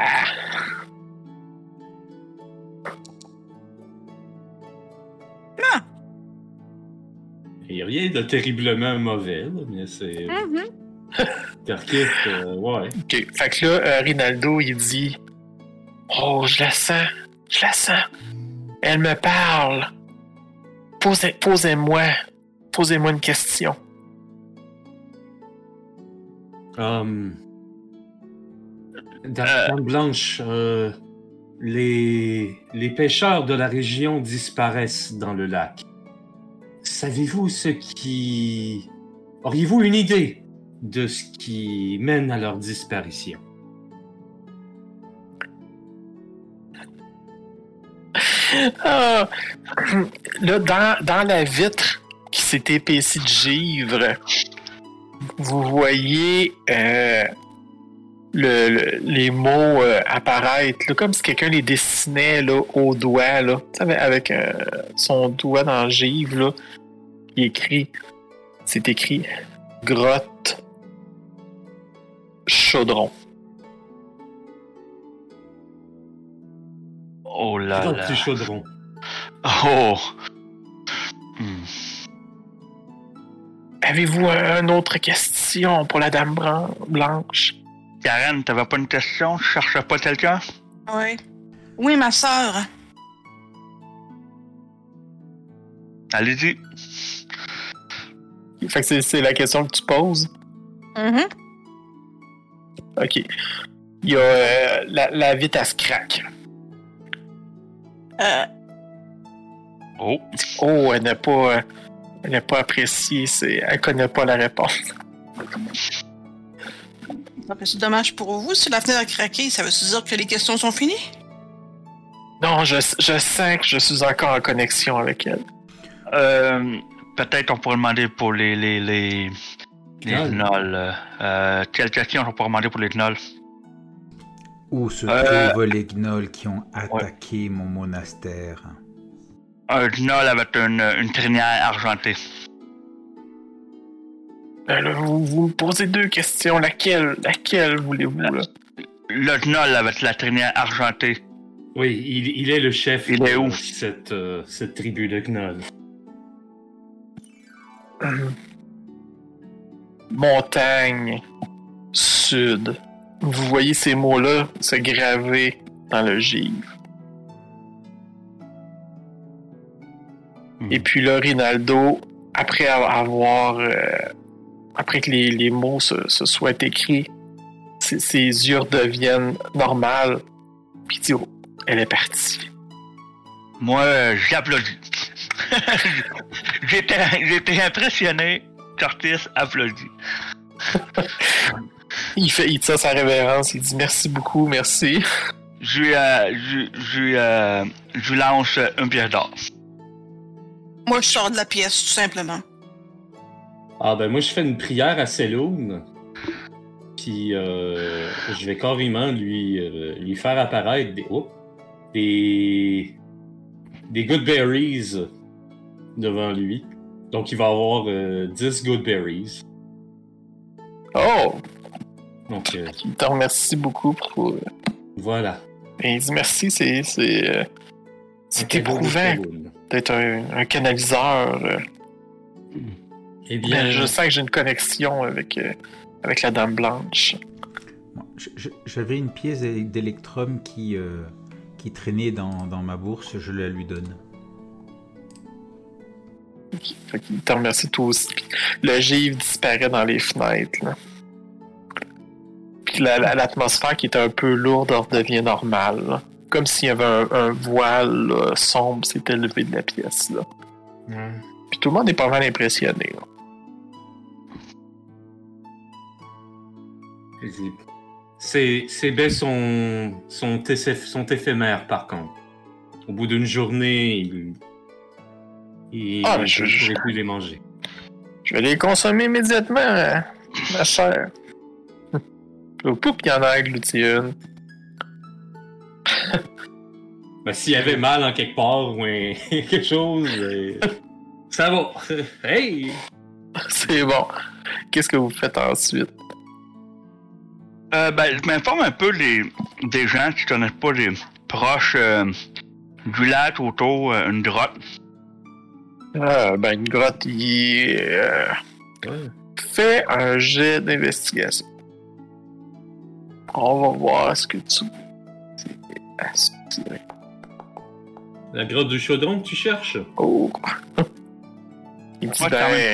Ah! Il n'y a rien de terriblement mauvais, là, mais c'est... Tarkit, ouais. Ok, fait que là, Rinaldo, il dit « Oh, je la sens. Elle me parle. Posez-moi une question. » Dame Blanche, les pêcheurs de la région disparaissent dans le lac. Savez-vous Auriez-vous une idée de ce qui mène à leur disparition? Là, dans la vitre qui s'est épaissie de givre, vous voyez les mots apparaître, là, comme si quelqu'un les dessinait là, au doigt, là, avec son doigt dans la givre, là, c'est écrit grotte chaudron. Oh là Grand là. petit chaudron. Oh. Avez-vous une autre question pour la dame blanche? Karen, t'avais pas une question? Tu cherchais pas quelqu'un? Oui. Oui, ma sœur. Allez-y. Fait que c'est la question que tu poses. Mhm. OK. Il y a la vitre, elle se craque. Oh. Oh, elle n'a pas apprécié. Elle connaît pas la réponse. C'est dommage pour vous. Si la fenêtre a craqué, ça veut dire que les questions sont finies? Non, je sens que je suis encore en connexion avec elle. Peut-être on pourrait demander pour les gnolls. Quelle question on pourrait demander pour les gnolls? Où se trouvent les gnolls qui ont attaqué mon monastère? Un gnoll avec une crinière argentée. Là, vous me posez deux questions. Laquelle voulez-vous, là? Le gnoll avec la crinière argentée. Oui, il est le chef Il est où? de cette tribu de gnolls. Montagne sud. Vous voyez ces mots-là se graver dans le givre. Et puis là, Rinaldo, après que les mots se soient écrits, ses yeux redeviennent normales. Puis il dit, oh, elle est partie. Moi, j'applaudis. J'étais impressionné. Curtis applaudit. Il tient sa révérence, il dit merci beaucoup, merci. Je lui lance une pièce d'or. Moi, je sors de la pièce, tout simplement. Ah ben moi je fais une prière à Seloun. Puis je vais carrément lui faire apparaître des good berries devant lui. Donc il va avoir 10 good berries. Oh! Donc Il te remercie beaucoup pour... voilà. Et il dit merci, c'est éprouvant d'être un canaliseur. Eh bien, Mais je sens que j'ai une connexion avec la Dame Blanche. Bon, j'avais une pièce d'électrum qui traînait dans ma bourse, je la lui donne. Fait qu'il te remercie toi aussi. Puis le givre disparaît dans les fenêtres. Là. Puis l'atmosphère qui était un peu lourde redevient normale. Là. Comme s'il y avait un voile là, sombre s'était levé de la pièce. Là. Puis tout le monde est pas mal impressionné. Là. Ces baies sont éphémères, par contre. Au bout d'une journée, je ne pourrai plus les manger. Je vais les consommer immédiatement, ma chère. Poup, il y en a aglouti une. Ben, s'il y avait mal en quelque part ou quelque chose, ça va. Hey! C'est bon. Qu'est-ce que vous faites ensuite? Je m'informe un peu des gens qui connaissent pas les proches du lac autour, une grotte. Une grotte, fait un jet d'investigation. On va voir ce que tu... La grotte du chaudron que tu cherches? Oh! Il dit,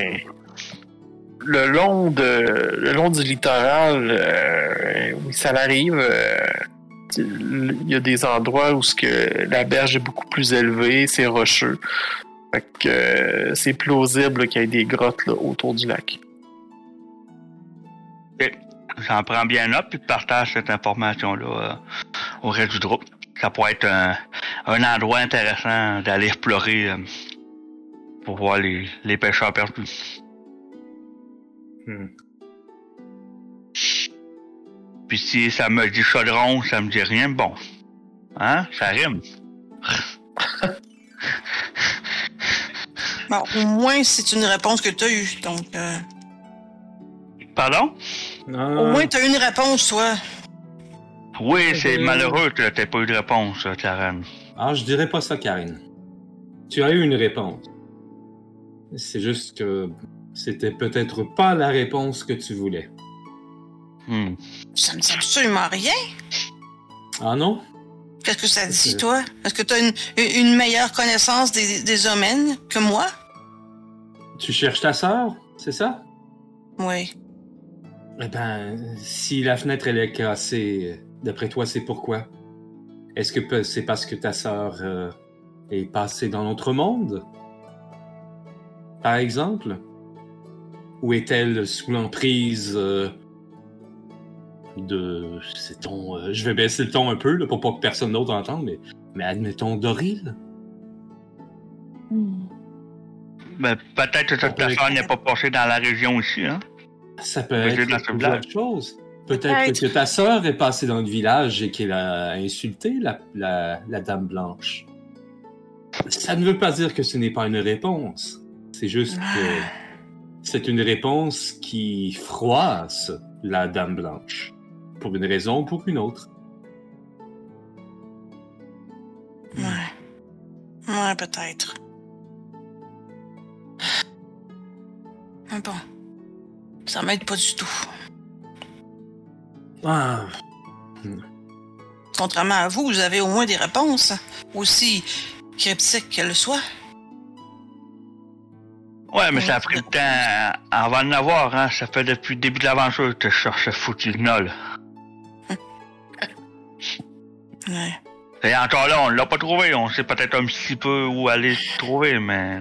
le long du littoral, oui, ça l'arrive. Il y a des endroits où la berge est beaucoup plus élevée, c'est rocheux. Fait que c'est plausible qu'il y ait des grottes là, autour du lac. Okay. J'en prends bien note puis partage cette information-là au reste du groupe. Ça pourrait être un endroit intéressant d'aller explorer pour voir les pêcheurs perdus. Puis si ça me dit chaudron, ça me dit rien, bon. Hein? Ça rime. Bon, au moins, c'est une réponse que t'as eue, donc... Pardon? Au moins, t'as eu une réponse, toi. Oui, c'est malheureux que t'aies pas eu de réponse, Karen. Ah, je dirais pas ça, Karine. Tu as eu une réponse. C'est juste que c'était peut-être pas la réponse que tu voulais. Ça me dit absolument rien. Ah non? Qu'est-ce que ça dit, toi? Est-ce que t'as une meilleure connaissance des homènes que moi? Tu cherches ta sœur, c'est ça? Oui. Eh ben, si la fenêtre elle est cassée, d'après toi, c'est pourquoi? Est-ce que c'est parce que ta sœur est passée dans notre monde? Par exemple? Ou est-elle sous l'emprise de... je vais baisser le ton un peu là, pour pas que personne d'autre entende, mais admettons d'Oril? Ben, peut-être que ta soeur n'est pas passée dans la région ici, hein? Ça peut être plusieurs choses. Peut-être que ta sœur est passée dans le village et qu'elle a insulté la Dame Blanche. Ça ne veut pas dire que ce n'est pas une réponse. C'est juste que c'est une réponse qui froisse la Dame Blanche. Pour une raison ou pour une autre. Ouais, peut-être. Mais bon. Ça m'aide pas du tout. Ah. Contrairement à vous, vous avez au moins des réponses, aussi cryptiques qu'elles soient. Ouais, mais ça a pris le temps avant de l'avoir, hein. Ça fait depuis le début de l'aventure que je cherche ce foutu gnoll. Ouais. Et encore là, on l'a pas trouvé. On sait peut-être un petit peu où aller le trouver, mais...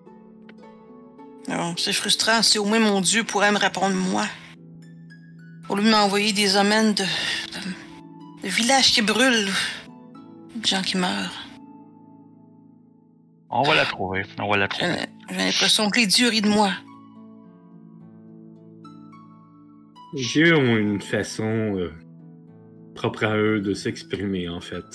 Bon, c'est frustrant si au moins mon Dieu pourrait me répondre moi. Au lieu de m'envoyer des homènes de villages qui brûlent, de gens qui meurent. On va la trouver, J'ai l'impression que les dieux rient de moi. Les dieux ont une façon propre à eux de s'exprimer, en fait.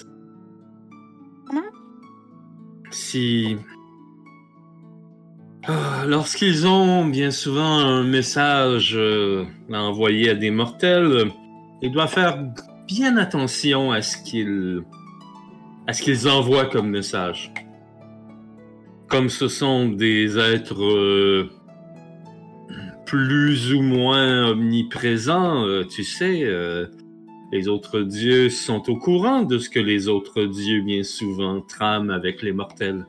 Lorsqu'ils ont bien souvent un message à envoyer à des mortels, ils doivent faire bien attention à ce qu'ils envoient comme message. Comme ce sont des êtres plus ou moins omniprésents, tu sais, les autres dieux sont au courant de ce que les autres dieux bien souvent trament avec les mortels.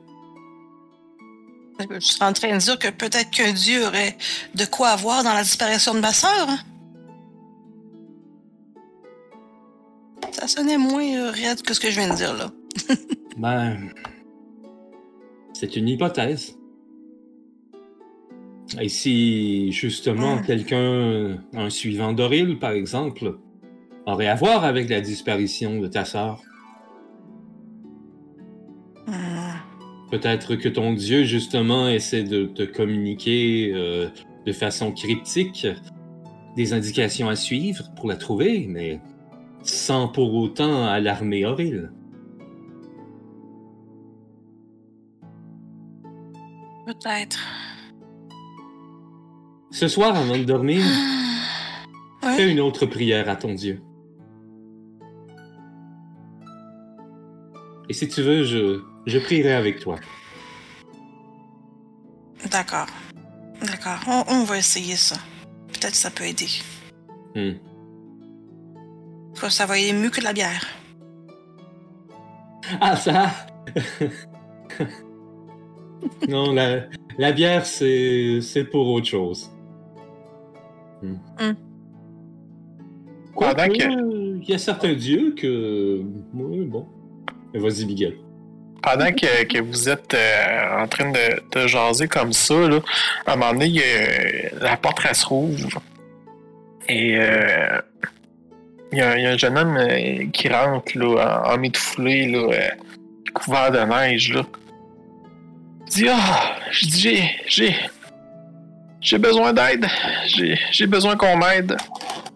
Je suis en train de dire que peut-être qu'un dieu aurait de quoi avoir dans la disparition de ma sœur. Hein? Ça sonnait moins raide que ce que je viens de dire, là. Ben... c'est une hypothèse. Et si, justement, quelqu'un, un suivant d'Oril, par exemple, aurait à voir avec la disparition de ta sœur? Peut-être que ton dieu, justement, essaie de te communiquer de façon cryptique des indications à suivre pour la trouver, mais sans pour autant alarmer Oril. Peut-être. Ce soir, avant de dormir, fais une autre prière à ton dieu. Et si tu veux, je prierai avec toi. D'accord. On va essayer ça. Peut-être que ça peut aider. Ça va aller mieux que de la bière. Ah, ça? Non, la bière, c'est pour autre chose. Pendant il y a certains dieux que... Oui, bon. Vas-y, Miguel. Pendant que vous êtes en train de jaser comme ça, là, à un moment donné, la porte elle se rouvre. Et il y a un jeune homme qui rentre là, en mitouflé, là, couvert de neige. Là. Il dit j'ai besoin d'aide. J'ai besoin qu'on m'aide.